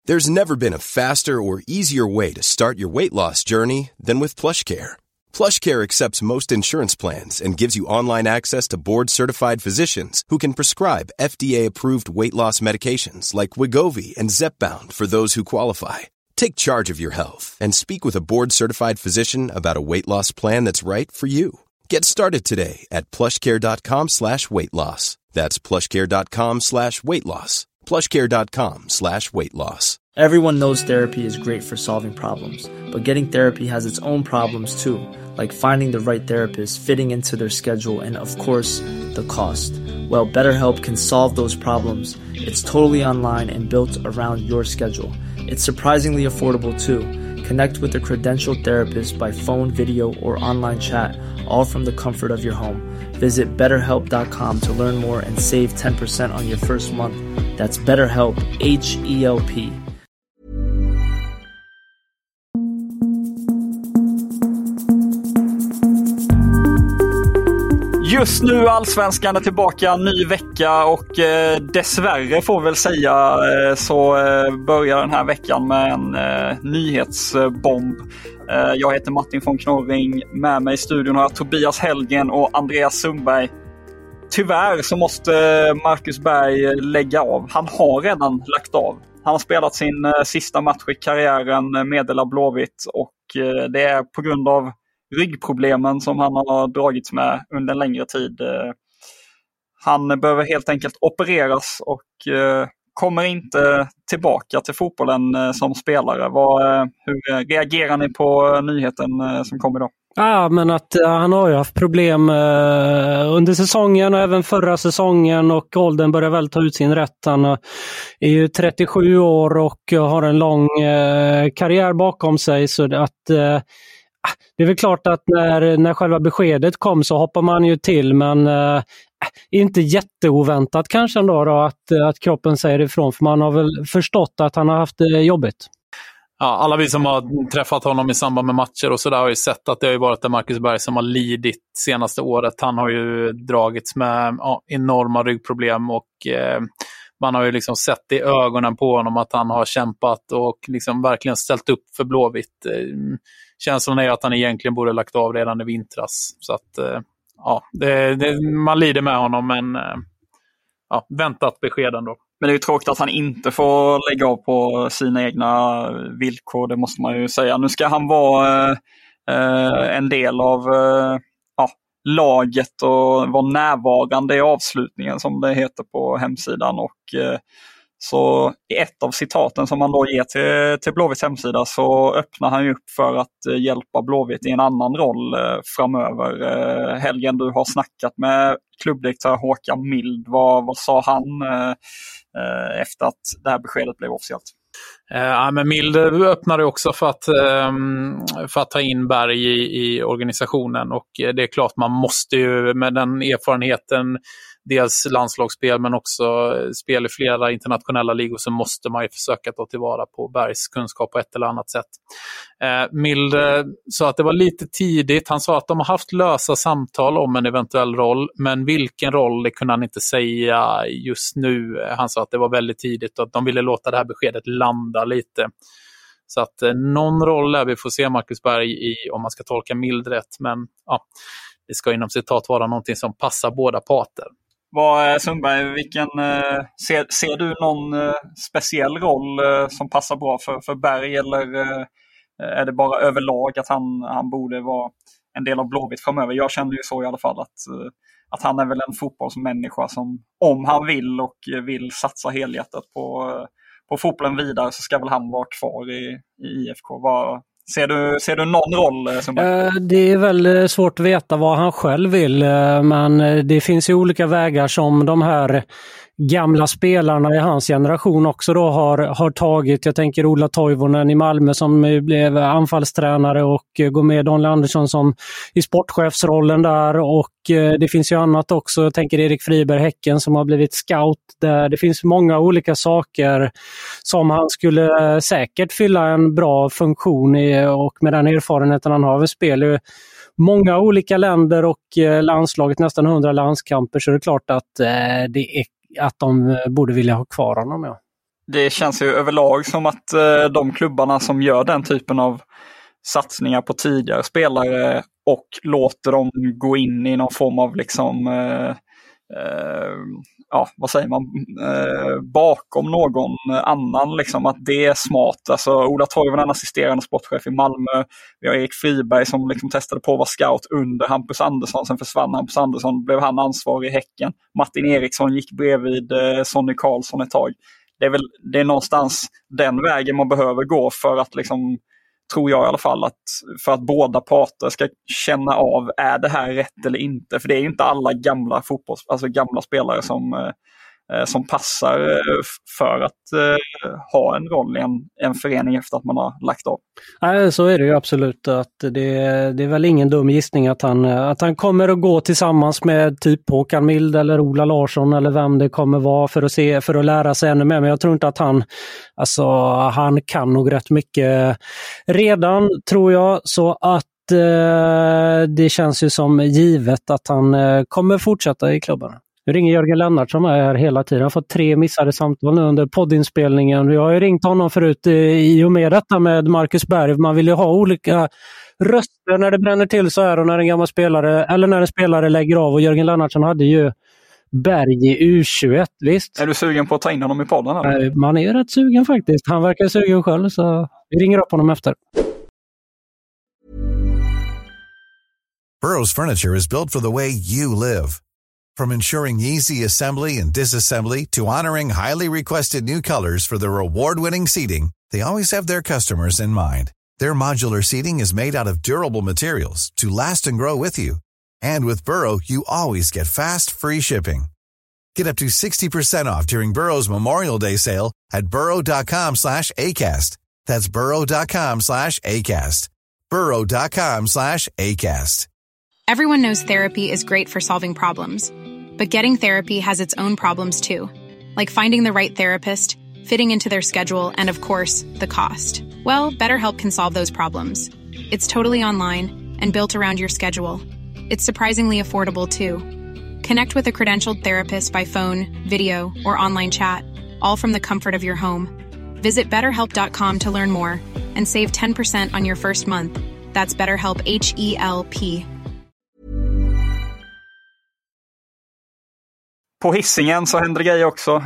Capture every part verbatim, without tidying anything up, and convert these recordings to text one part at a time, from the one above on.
There's never been a faster or easier way to start your weight loss journey than with PlushCare. PlushCare accepts most insurance plans and gives you online access to board-certified physicians who can prescribe F D A-approved weight loss medications like Wegovy and Zepbound for those who qualify. Take charge of your health and speak with a board-certified physician about a weight loss plan that's right for you. Get started today at plushcare.com slash weight loss. That's plushcare.com slash weight loss. plushcare.com slash weight loss. Everyone knows therapy is great for solving problems, but getting therapy has its own problems too, like finding the right therapist, fitting into their schedule, and of course, the cost. Well, BetterHelp can solve those problems. It's totally online and built around your schedule. It's surprisingly affordable too. Connect with a credentialed therapist by phone, video, or online chat, all from the comfort of your home. Visit better help dot com to learn more and save ten percent on your first month. That's BetterHelp, H E L P. Just nu Allsvenskan är tillbaka, ny vecka och eh, dessvärre får vi väl säga eh, så eh, börjar den här veckan med en eh, nyhetsbomb. Eh, jag heter Martin von Knorring, med mig i studion har jag Tobias Hellgren och Andreas Sundberg. Tyvärr så måste Marcus Berg lägga av. Han har redan lagt av. Han har spelat sin eh, sista match i karriären, meddelar Blåvitt, och eh, det är på grund av ryggproblemen som han har dragits med under en längre tid. Han behöver helt enkelt opereras och kommer inte tillbaka till fotbollen som spelare. Vad, hur reagerar ni på nyheten som kom idag? Ja, men att uh, han har ju haft problem uh, under säsongen och även förra säsongen, och åldern börjar väl ta ut sin rätt. Han uh, är ju trettiosju år och uh, har en lång uh, karriär bakom sig, så att uh, det är väl klart att när, när själva beskedet kom så hoppar man ju till, men äh, inte jätteoväntat kanske ändå då att, att kroppen säger ifrån, för man har väl förstått att han har haft det jobbigt. Ja, alla vi som har träffat honom i samband med matcher och så där har ju sett att det har ju varit Marcus Berg som har lidit senaste året. Han har ju dragits med ja, enorma ryggproblem, och eh, man har ju liksom sett i ögonen på honom att han har kämpat och liksom verkligen ställt upp för Blåvitt. Känslan är att han egentligen borde lagt av redan i vintras. Så att ja, det, det, man lider med honom, men ja, väntat besked ändå. Men det är ju tråkigt att han inte får lägga av på sina egna villkor, det måste man ju säga. Nu ska han vara eh, en del av eh, ja, laget och vara närvarande i avslutningen, som det heter på hemsidan. Och eh, så i ett av citaten som man då ger till, till Blåvitts hemsida så öppnar han ju upp för att eh, hjälpa Blåvitt i en annan roll eh, framöver. Eh, Helgen, du har snackat med klubbdirektör Håkan Mild. Vad, vad sa han eh, eh, efter att det här beskedet blev officiellt? Ja, men Mild öppnade också för att, för att ta in Berg i, i organisationen, och det är klart man måste ju med den erfarenheten, dels landslagsspel men också spel i flera internationella ligor, så måste man ju försöka ta tillvara på Bergs kunskap på ett eller annat sätt. Eh, Mild sa att det var lite tidigt. Han sa att de har haft lösa samtal om en eventuell roll, men vilken roll det kunde han inte säga just nu. Han sa att det var väldigt tidigt och att de ville låta det här beskedet landa lite. Så att eh, någon roll där vi får se Marcus Berg i, om man ska tolka Mild rätt, men ja, det ska inom citat vara någonting som passar båda parter. Vad, Sundberg, vilken, eh, ser, ser du någon eh, speciell roll eh, som passar bra för, för Berg, eller eh, är det bara överlag att han, han borde vara en del av Blåvitt framöver? Jag kände ju så i alla fall att, eh, att han är väl en fotbollsmänniska som, om han vill och vill satsa helhjärtat på, eh, på fotbollen vidare, så ska väl han vara kvar i, i I F K. Vad, Ser du, ser du någon roll? Som... Det är väl svårt att veta vad han själv vill, men det finns ju olika vägar som de här gamla spelarna i hans generation också då har, har tagit. Jag tänker Ola Toivonen i Malmö som blev anfallstränare och går med Daniel Andersson som i sportchefsrollen där, och det finns ju annat också. Jag tänker Erik Friberg Häcken som har blivit scout där. Det finns många olika saker som han skulle säkert fylla en bra funktion i, och med den erfarenheten han har av spel i många olika länder och landslaget, nästan hundra landskamper, så är det klart att det är att de borde vilja ha kvar honom. Ja. det känns ju överlag som att eh, de klubbarna som gör den typen av satsningar på tidigare spelare och låter dem gå in i någon form av liksom eh, eh, ja, vad säger man, eh, bakom någon annan, liksom, att det är smart. Alltså, Ola Toivonen, assisterande sportchef i Malmö. Vi har Erik Friberg som liksom testade på att vara scout under Hampus Andersson. Sen försvann Hampus Andersson, blev han ansvarig i Häcken. Martin Eriksson gick bredvid eh, Sonny Karlsson ett tag. Det är väl det är någonstans den vägen man behöver gå för att liksom, tror jag i alla fall, att för att båda parter ska känna av, är det här rätt eller inte? För det är ju inte alla gamla fotbolls, alltså gamla spelare som, eh, som passar eh, för att eh, ha en roll i en, en förening efter att man har lagt av. Nej, så är det ju absolut. Att det, det är väl ingen dum gissning att han, att han kommer att gå tillsammans med typ Håkan Mild eller Ola Larsson eller vem det kommer vara för att se, för att lära sig ännu mer. Men jag tror inte att han, alltså han kan nog rätt mycket redan, tror jag. Så att eh, det känns ju som givet att han eh, kommer fortsätta i klubben. Nu ringer Jörgen Lennart som är här hela tiden. Jag har fått tre missade samtal nu under poddinspelningen. Jag har ju ringt honom förut i och med detta med Marcus Berg. Man vill ju ha olika röster när det bränner till så här och när en gammal spelare, eller när en spelare lägger av. Och Jörgen Lennartsson hade ju Berg i U tjugoett, visst? Är du sugen på att ta in honom i podden? Eller? Man är ju rätt sugen faktiskt. Han verkar sugen själv, så vi ringer upp honom efter. Burrow's furniture is built for the way you live. From ensuring easy assembly and disassembly to honoring highly requested new colors for their award-winning seating, they always have their customers in mind. Their modular seating is made out of durable materials to last and grow with you. And with Burrow, you always get fast, free shipping. Get up to sixty percent off during Burrow's Memorial Day sale at burrow.com slash ACAST. That's burrow.com slash ACAST. burrow.com slash ACAST. Everyone knows therapy is great for solving problems. But getting therapy has its own problems too. Like finding the right therapist, fitting into their schedule, and of course, the cost. Well, BetterHelp can solve those problems. It's totally online and built around your schedule. It's surprisingly affordable too. Connect with a credentialed therapist by phone, video, or online chat, all from the comfort of your home. Visit better help dot com to learn more and save ten percent on your first month. That's BetterHelp, H E L P. På Hisingen så händer det grejer också.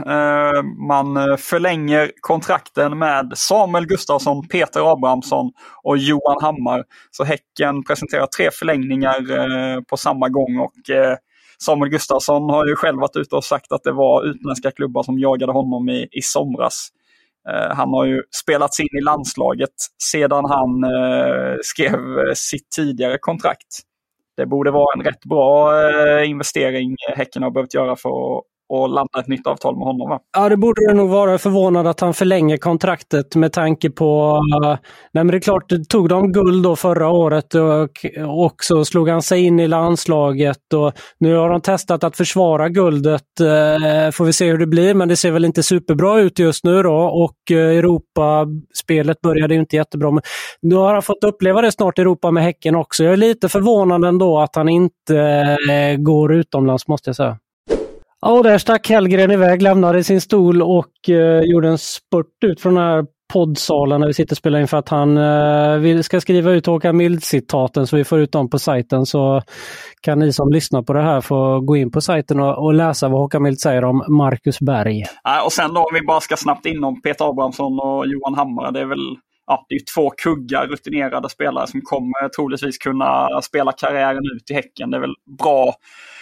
Man förlänger kontrakten med Samuel Gustafsson, Peter Abrahamsson och Johan Hammar. Så Häcken presenterar tre förlängningar på samma gång, och Samuel Gustafsson har ju själv varit ute och sagt att det var utländska klubbar som jagade honom i, i somras. Han har ju spelats in i landslaget sedan han skrev sitt tidigare kontrakt. Det borde vara en rätt bra eh, investering Häcken har behövt göra för att, att landa ett nytt avtal med honom, va? Ja, det borde det nog vara. Förvånad att han förlänger kontraktet med tanke på... Uh, nej men det är klart, det tog de guld då förra året och också slog han sig in i landslaget. Och nu har de testat att försvara guldet. Uh, får vi se hur det blir, men det ser väl inte superbra ut just nu då. Och uh, Europa-spelet började ju inte jättebra. Men nu har han fått uppleva det snart i Europa med Häcken också. Jag är lite förvånad ändå att han inte uh, går utomlands, måste jag säga. Ja, och där stack Hellgren iväg, lämnade sin stol och eh, gjorde en spurt ut från den här poddsalen när vi sitter och spelar in, för att han eh, vill, ska skriva ut Håkan Mild-citaten så vi får ut dem på sajten. Så kan ni som lyssnar på det här få gå in på sajten och, och läsa vad Håkan Mild säger om Marcus Berg. Ja, och sen då, om vi bara ska snabbt in om Peter Abrahamsson och Johan Hammar, det är väl... Ja, det är två kuggar, rutinerade spelare som kommer troligtvis kunna spela karriären ut i Häcken. Det är väl bra...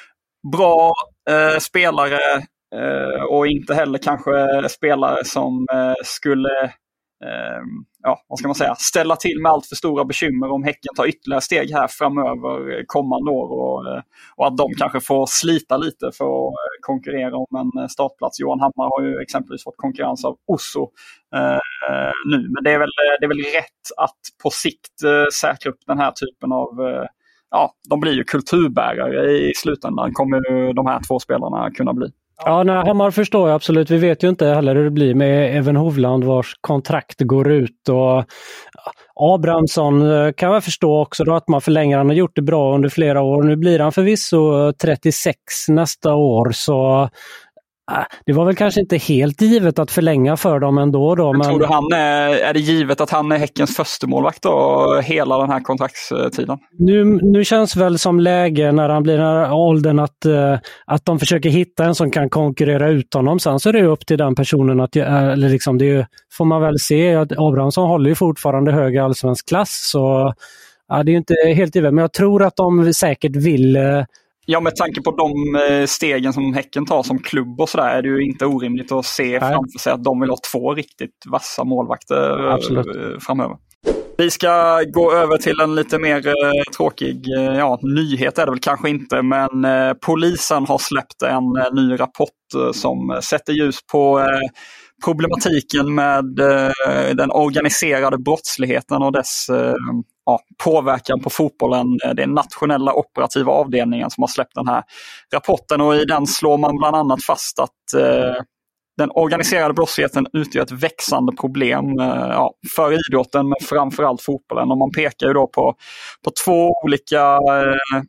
Bra eh, spelare eh, och inte heller kanske spelare som eh, skulle eh, ja, vad ska man säga, ställa till med allt för stora bekymmer om Häcken tar ytterligare steg här framöver kommande år, och, eh, och att de kanske får slita lite för att konkurrera om en startplats. Johan Hammar har ju exempelvis fått konkurrens av Osso eh, nu, men det är, väl, det är väl rätt att på sikt eh, säkra upp den här typen av eh, ja, de blir ju kulturbärare i slutändan, kommer de här två spelarna kunna bli. Ja, nej, Hammar förstår jag absolut. Vi vet ju inte heller hur det blir med Even Hovland vars kontrakt går ut, och Abrahamsson kan jag förstå också då, att man förlänger. Han har gjort det bra under flera år. Nu blir han förvisso trettiosex nästa år, så Det var väl kanske inte helt givet att förlänga för dem ändå. Då, men... Tror du han är, är det givet att han är Häckens första målvakt då, hela den här kontraktstiden? Nu, nu känns väl som läge när han blir den här åldern att, att de försöker hitta en som kan konkurrera ut honom. Sen så är det upp till den personen att, eller liksom det får man väl se, att Abrahamsson håller ju fortfarande hög allsvensk klass, så ja, det är ju inte helt givet, men jag tror att de säkert vill. Ja, med tanke på de stegen som Häcken tar som klubb och sådär är det ju inte orimligt att se Nej. framför sig att de vill ha två riktigt vassa målvakter Absolut. framöver. Vi ska gå över till en lite mer eh, tråkig ja, nyhet är det väl kanske inte, men eh, polisen har släppt en eh, ny rapport eh, som sätter ljus på eh, problematiken med eh, den organiserade brottsligheten och dess eh, ja, påverkan på fotbollen. Det är nationella operativa avdelningen som har släppt den här rapporten, och i den slår man bland annat fast att eh, den organiserade brottsligheten utgör ett växande problem eh, ja, för idrotten, men framförallt fotbollen. Och man pekar ju då på, på två olika eh,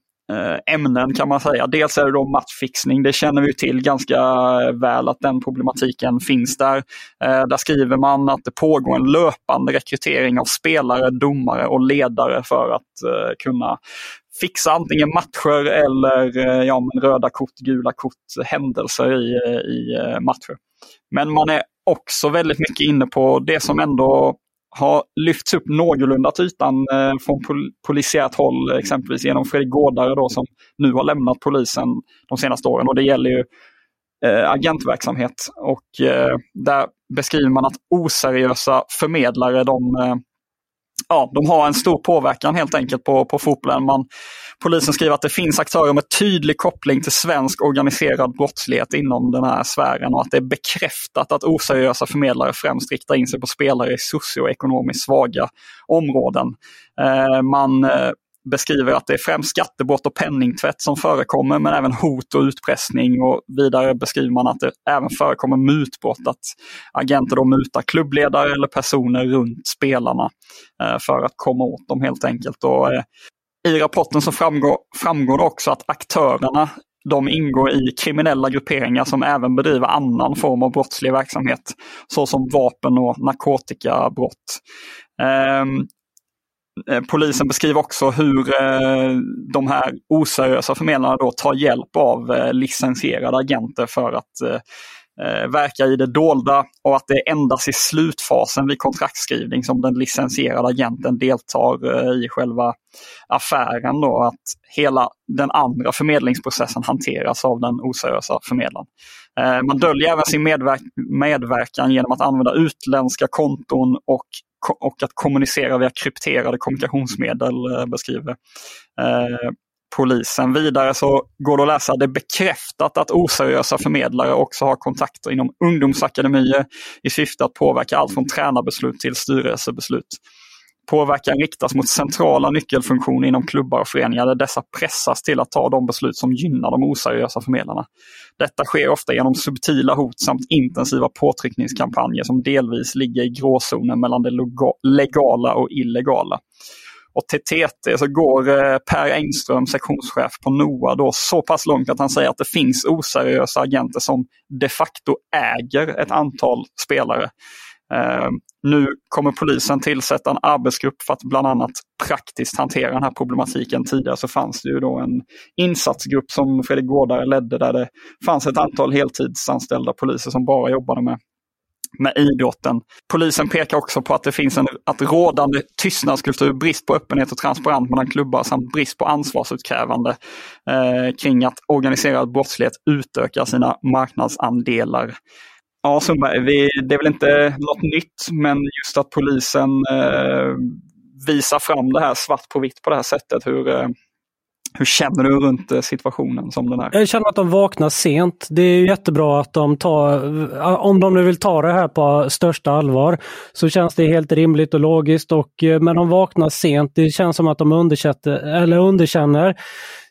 ämnen kan man säga. Dels är det då matchfixning, det känner vi till ganska väl att den problematiken finns där. Eh, där skriver man att det pågår en löpande rekrytering av spelare, domare och ledare för att eh, kunna fixa antingen matcher eller eh, ja, men röda kort, gula kort, händelser i, i eh, matcher. Men man är också väldigt mycket inne på det som ändå har lyfts upp någorlunda till ytan eh, från pol- polisiärt håll, exempelvis genom Fredrik Gårdare då, som nu har lämnat polisen de senaste åren, och det gäller ju eh, agentverksamhet, och eh, där beskriver man att oseriösa förmedlare de, eh, ja, de har en stor påverkan helt enkelt på, på fotbollen. Man, polisen skriver att det finns aktörer med tydlig koppling till svensk organiserad brottslighet inom den här sfären, och att det är bekräftat att oseriösa förmedlare främst riktar in sig på spelare i socioekonomiskt svaga områden. Eh, man eh, beskriver att det är främst skattebrott och penningtvätt som förekommer, men även hot och utpressning, och vidare beskriver man att det även förekommer mutbrott, att agenter då mutar klubbledare eller personer runt spelarna eh, för att komma åt dem helt enkelt. Och, eh, i rapporten så framgår, framgår det också att aktörerna de ingår i kriminella grupperingar som även bedriver annan form av brottslig verksamhet, såsom vapen- och narkotikabrott. Eh, Polisen beskriver också hur eh, de här oseriösa förmedlarna då tar hjälp av eh, licensierade agenter för att eh, verka i det dolda, och att det är endast i slutfasen vid kontraktskrivning som den licensierade agenten deltar eh, i själva affären då, att hela den andra förmedlingsprocessen hanteras av den oseriösa förmedlaren. Eh, man döljer även sin medverk- medverkan genom att använda utländska konton och och att kommunicera via krypterade kommunikationsmedel, eh, beskriver eh, polisen. Vidare så går det att läsa att det är bekräftat att oseriösa förmedlare också har kontakter inom ungdomsakademier i syfte att påverka allt från tränarbeslut till styrelsebeslut. Påverkan riktas mot centrala nyckelfunktioner inom klubbar och föreningar där dessa pressas till att ta de beslut som gynnar de oseriösa förmedlarna. Detta sker ofta genom subtila hot samt intensiva påtryckningskampanjer som delvis ligger i gråzonen mellan det legala och illegala. Och till T T så går Per Engström, sektionschef på N O A, då så pass långt att han säger att det finns oseriösa agenter som de facto äger ett antal spelare. Uh, nu kommer polisen tillsätta en arbetsgrupp för att bland annat praktiskt hantera den här problematiken. Tidigare så fanns det ju då en insatsgrupp som Fredrik Gårdare ledde, där det fanns ett antal heltidsanställda poliser som bara jobbade med, med idrotten. Polisen pekar också på att det finns en att rådande tystnadskultur, brist på öppenhet och transparens mellan klubbar samt brist på ansvarsutkrävande uh, kring att organiserad brottslighet utökar sina marknadsandelar. Ja, Sundberg, vi, det är väl inte något nytt, men just att polisen eh, visar fram det här svart på vitt på det här sättet. Hur, eh, hur känner du runt eh, situationen som den är? Jag känner att de vaknar sent. Det är jättebra att de tar, om de nu vill ta det här på största allvar, så känns det helt rimligt och logiskt. Och, men de vaknar sent. Det känns som att de underkänner, eller underkänner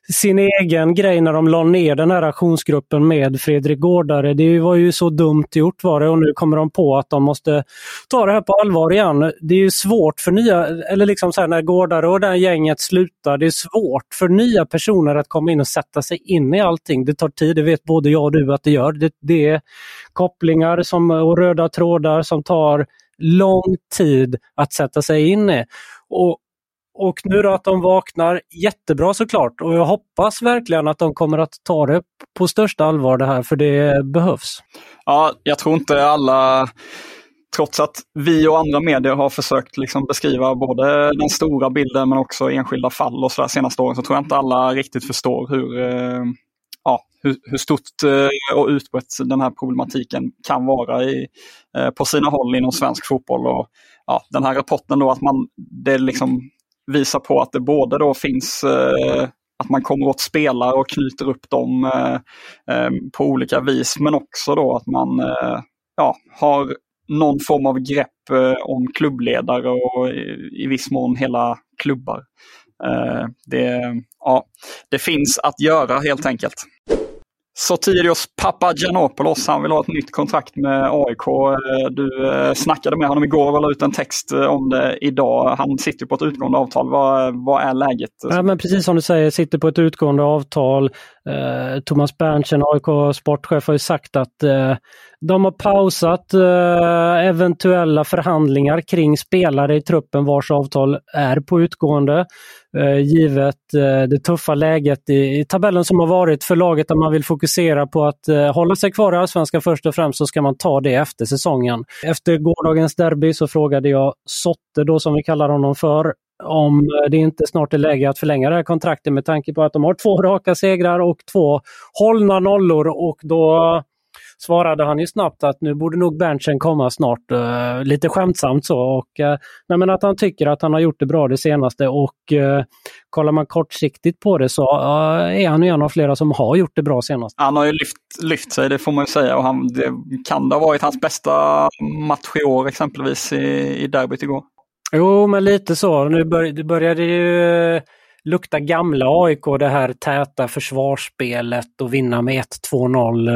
sin egen grej när de la ner den här aktionsgruppen med Fredrik Gårdare. Det var ju så dumt gjort var det, och nu kommer de på att de måste ta det här på allvar igen. Det är ju svårt för nya, eller liksom så här, när Gårdare och den gänget slutar, det är svårt för nya personer att komma in och sätta sig in i allting. Det tar tid, det vet både jag och du att det gör. Det, det är kopplingar som, och röda trådar som tar lång tid att sätta sig in i. Och Och nu då att de vaknar, jättebra såklart. Och jag hoppas verkligen att de kommer att ta det på största allvar det här, för det behövs. Ja, jag tror inte alla, trots att vi och andra medier har försökt liksom beskriva både den stora bilden men också enskilda fall och så där senaste åren, så tror jag inte alla riktigt förstår hur, ja, hur, hur stort och utbrett den här problematiken kan vara i, på sina håll inom svensk fotboll. Och ja, den här rapporten då, att man, det liksom visar på att det både då finns eh, att man kommer åt spelare och knyter upp dem eh, eh, på olika vis, men också då att man eh, ja, har någon form av grepp eh, om klubbledare och i, i viss mån hela klubbar. Eh, det, ja, det finns att göra helt enkelt. Sotirios Papagiannopoulos, han vill ha ett nytt kontrakt med A I K. Du snackade med honom igår och la ut en text om det idag. Han sitter på ett utgående avtal. Vad, vad är läget? Ja, men precis som du säger, sitter på ett utgående avtal. Eh, Thomas Berntsen, A I K-sportchef, har ju sagt att eh, de har pausat eh, eventuella förhandlingar kring spelare i truppen vars avtal är på utgående. Eh, givet eh, det tuffa läget i, i tabellen som har varit för laget, där man vill fokusera på att eh, hålla sig kvar i Allsvenskan först och främst, så ska man ta det efter säsongen. Efter gårdagens derby så frågade jag Sotte, då som vi kallar honom för, om det inte snart är läge att förlänga det här kontraktet, med tanke på att de har två raka segrar och två hållna nollor, och då svarade han ju snabbt att nu borde nog Berntsen komma snart, uh, lite skämtsamt så, och uh, nej, men att han tycker att han har gjort det bra det senaste, och uh, kollar man kortsiktigt på det så uh, är han ju en av flera som har gjort det bra senast. Han har ju lyft, lyft sig, det får man ju säga, och han, det kan det ha varit hans bästa match i år exempelvis i, i derbyt igår. Jo, men lite så. Nu bör, det började ju lukta gamla A I K, det här täta försvarsspelet och vinna med ett två noll.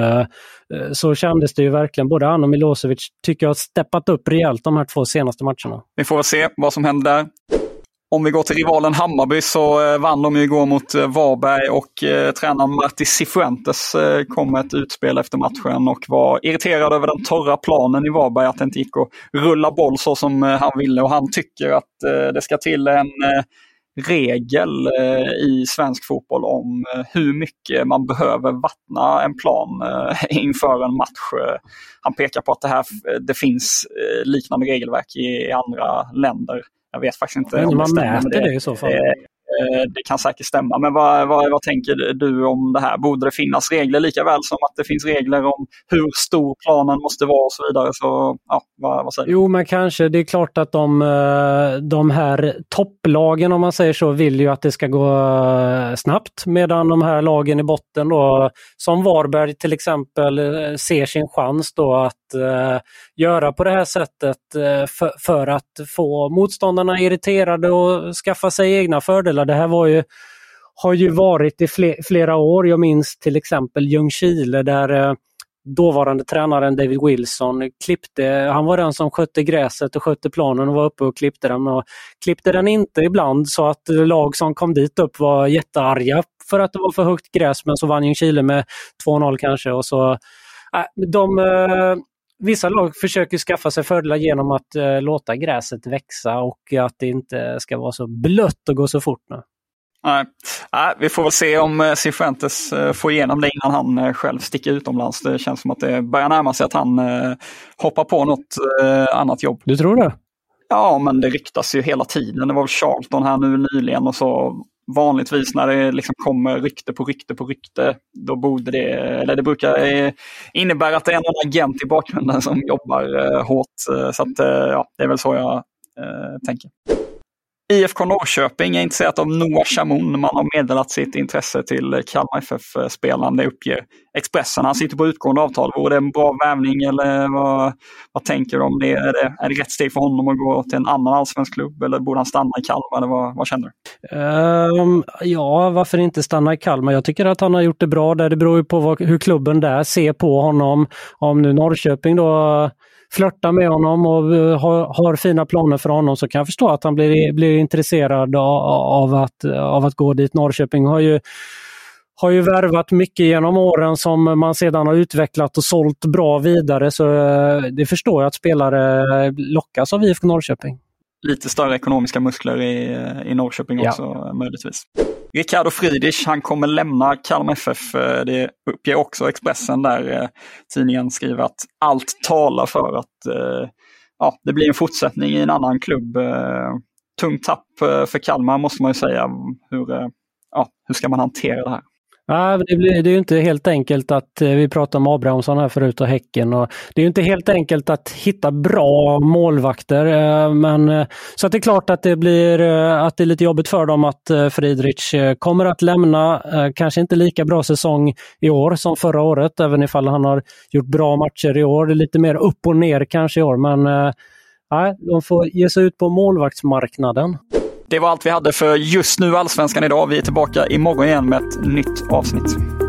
Så kändes det ju verkligen. Både han och Milosevic tycker jag har steppat upp rejält de här två senaste matcherna. Vi får se vad som händer där. Om vi går till rivalen Hammarby, så vann de ju igår mot Varberg, och eh, tränaren Marti Cifuentes eh, kom med ett utspel efter matchen och var irriterad över den torra planen i Varberg, att det inte gick att rulla boll så som eh, han ville, och han tycker att eh, det ska till en eh, regel eh, i svensk fotboll om eh, hur mycket man behöver vattna en plan eh, inför en match. Eh, han pekar på att det här det finns eh, liknande regelverk i, i andra länder. Jag vet faktiskt inte men om man det stämmer. mäter Det, det i så fall. Det, det kan säkert stämma. Men vad, vad, vad tänker du om det här? Borde det finnas regler lika väl som att det finns regler om hur stor planen måste vara och så vidare? Så, ja, vad, vad säger du? Jo, men kanske. Det är klart att de, de här topplagen, om man säger så, vill ju att det ska gå snabbt. Medan de här lagen i botten då, som Varberg till exempel, ser sin chans då att uh, göra på det här sättet uh, för, för att få motståndarna irriterade och skaffa sig egna fördelar. Det här var ju, har ju varit i fler, flera år. Jag minns till exempel Ljungskile, där uh, dåvarande tränaren David Wilson klippte, han var den som skötte gräset och skötte planen och var uppe och klippte den, och klippte den inte ibland, så att lag som kom dit upp var jättearga för att det var för högt gräs, men så vann Ljungskile med två noll kanske, och så äh, de äh, vissa lag försöker skaffa sig fördelar genom att äh, låta gräset växa, och att det inte ska vara så blött och gå så fort nu. Nej. Nej, vi får väl se om Cifuentes får igenom det innan han själv sticker utomlands. Det känns som att det börjar närma sig att han hoppar på något annat jobb. Du tror det? Ja, men det ryktas ju hela tiden. Det var väl Charlton här nu nyligen, och så vanligtvis när det liksom kommer rykte på rykte på rykte, då borde det, eller det brukar innebära att det är någon agent i bakgrunden som jobbar hårt. Så att, ja, det är väl så jag äh, tänker. I F K Norrköping är intresserat av Noah Chamoun. Man har meddelat sitt intresse till Kalmar F F-spelaren. Det uppger Expressen. Han sitter på utgående avtal. Vore det en bra värvning eller vad, vad tänker du om det? Är, det? är det rätt steg för honom att gå till en annan allsvensk klubb eller borde han stanna i Kalmar? Eller vad, vad känner du? Um, ja, varför inte stanna i Kalmar? Jag tycker att han har gjort det bra där. Det beror ju på vad, hur klubben där ser på honom. Om nu Norrköping då flörtar med honom och har, har fina planer för honom, så kan jag förstå att han blir, blir intresserad av, av, att, av att gå dit. Norrköping har ju, har ju värvat mycket genom åren som man sedan har utvecklat och sålt bra vidare, så det förstår jag att spelare lockas av I F K Norrköping. Lite större ekonomiska muskler i, i Norrköping också, ja. Möjligtvis. Ricardo Friedrich, han kommer lämna Kalmar F F. Det uppger också Expressen där tidningen skriver att allt talar för att ja, det blir en fortsättning i en annan klubb. Tungt tapp för Kalmar måste man ju säga. Hur, ja, hur ska man hantera det här? Ja, det, blir, det är ju inte helt enkelt att vi pratar om Abrahamsson här förut och Häcken, och det är ju inte helt enkelt att hitta bra målvakter, men så att det är klart att det blir att det är lite jobbigt för dem att Friedrich kommer att lämna. Kanske inte lika bra säsong i år som förra året, även ifall han har gjort bra matcher i år. Det är lite mer upp och ner kanske i år, men nej, de får ge sig ut på målvaktsmarknaden. Det var allt vi hade för just nu Allsvenskan idag. Vi är tillbaka imorgon igen med ett nytt avsnitt.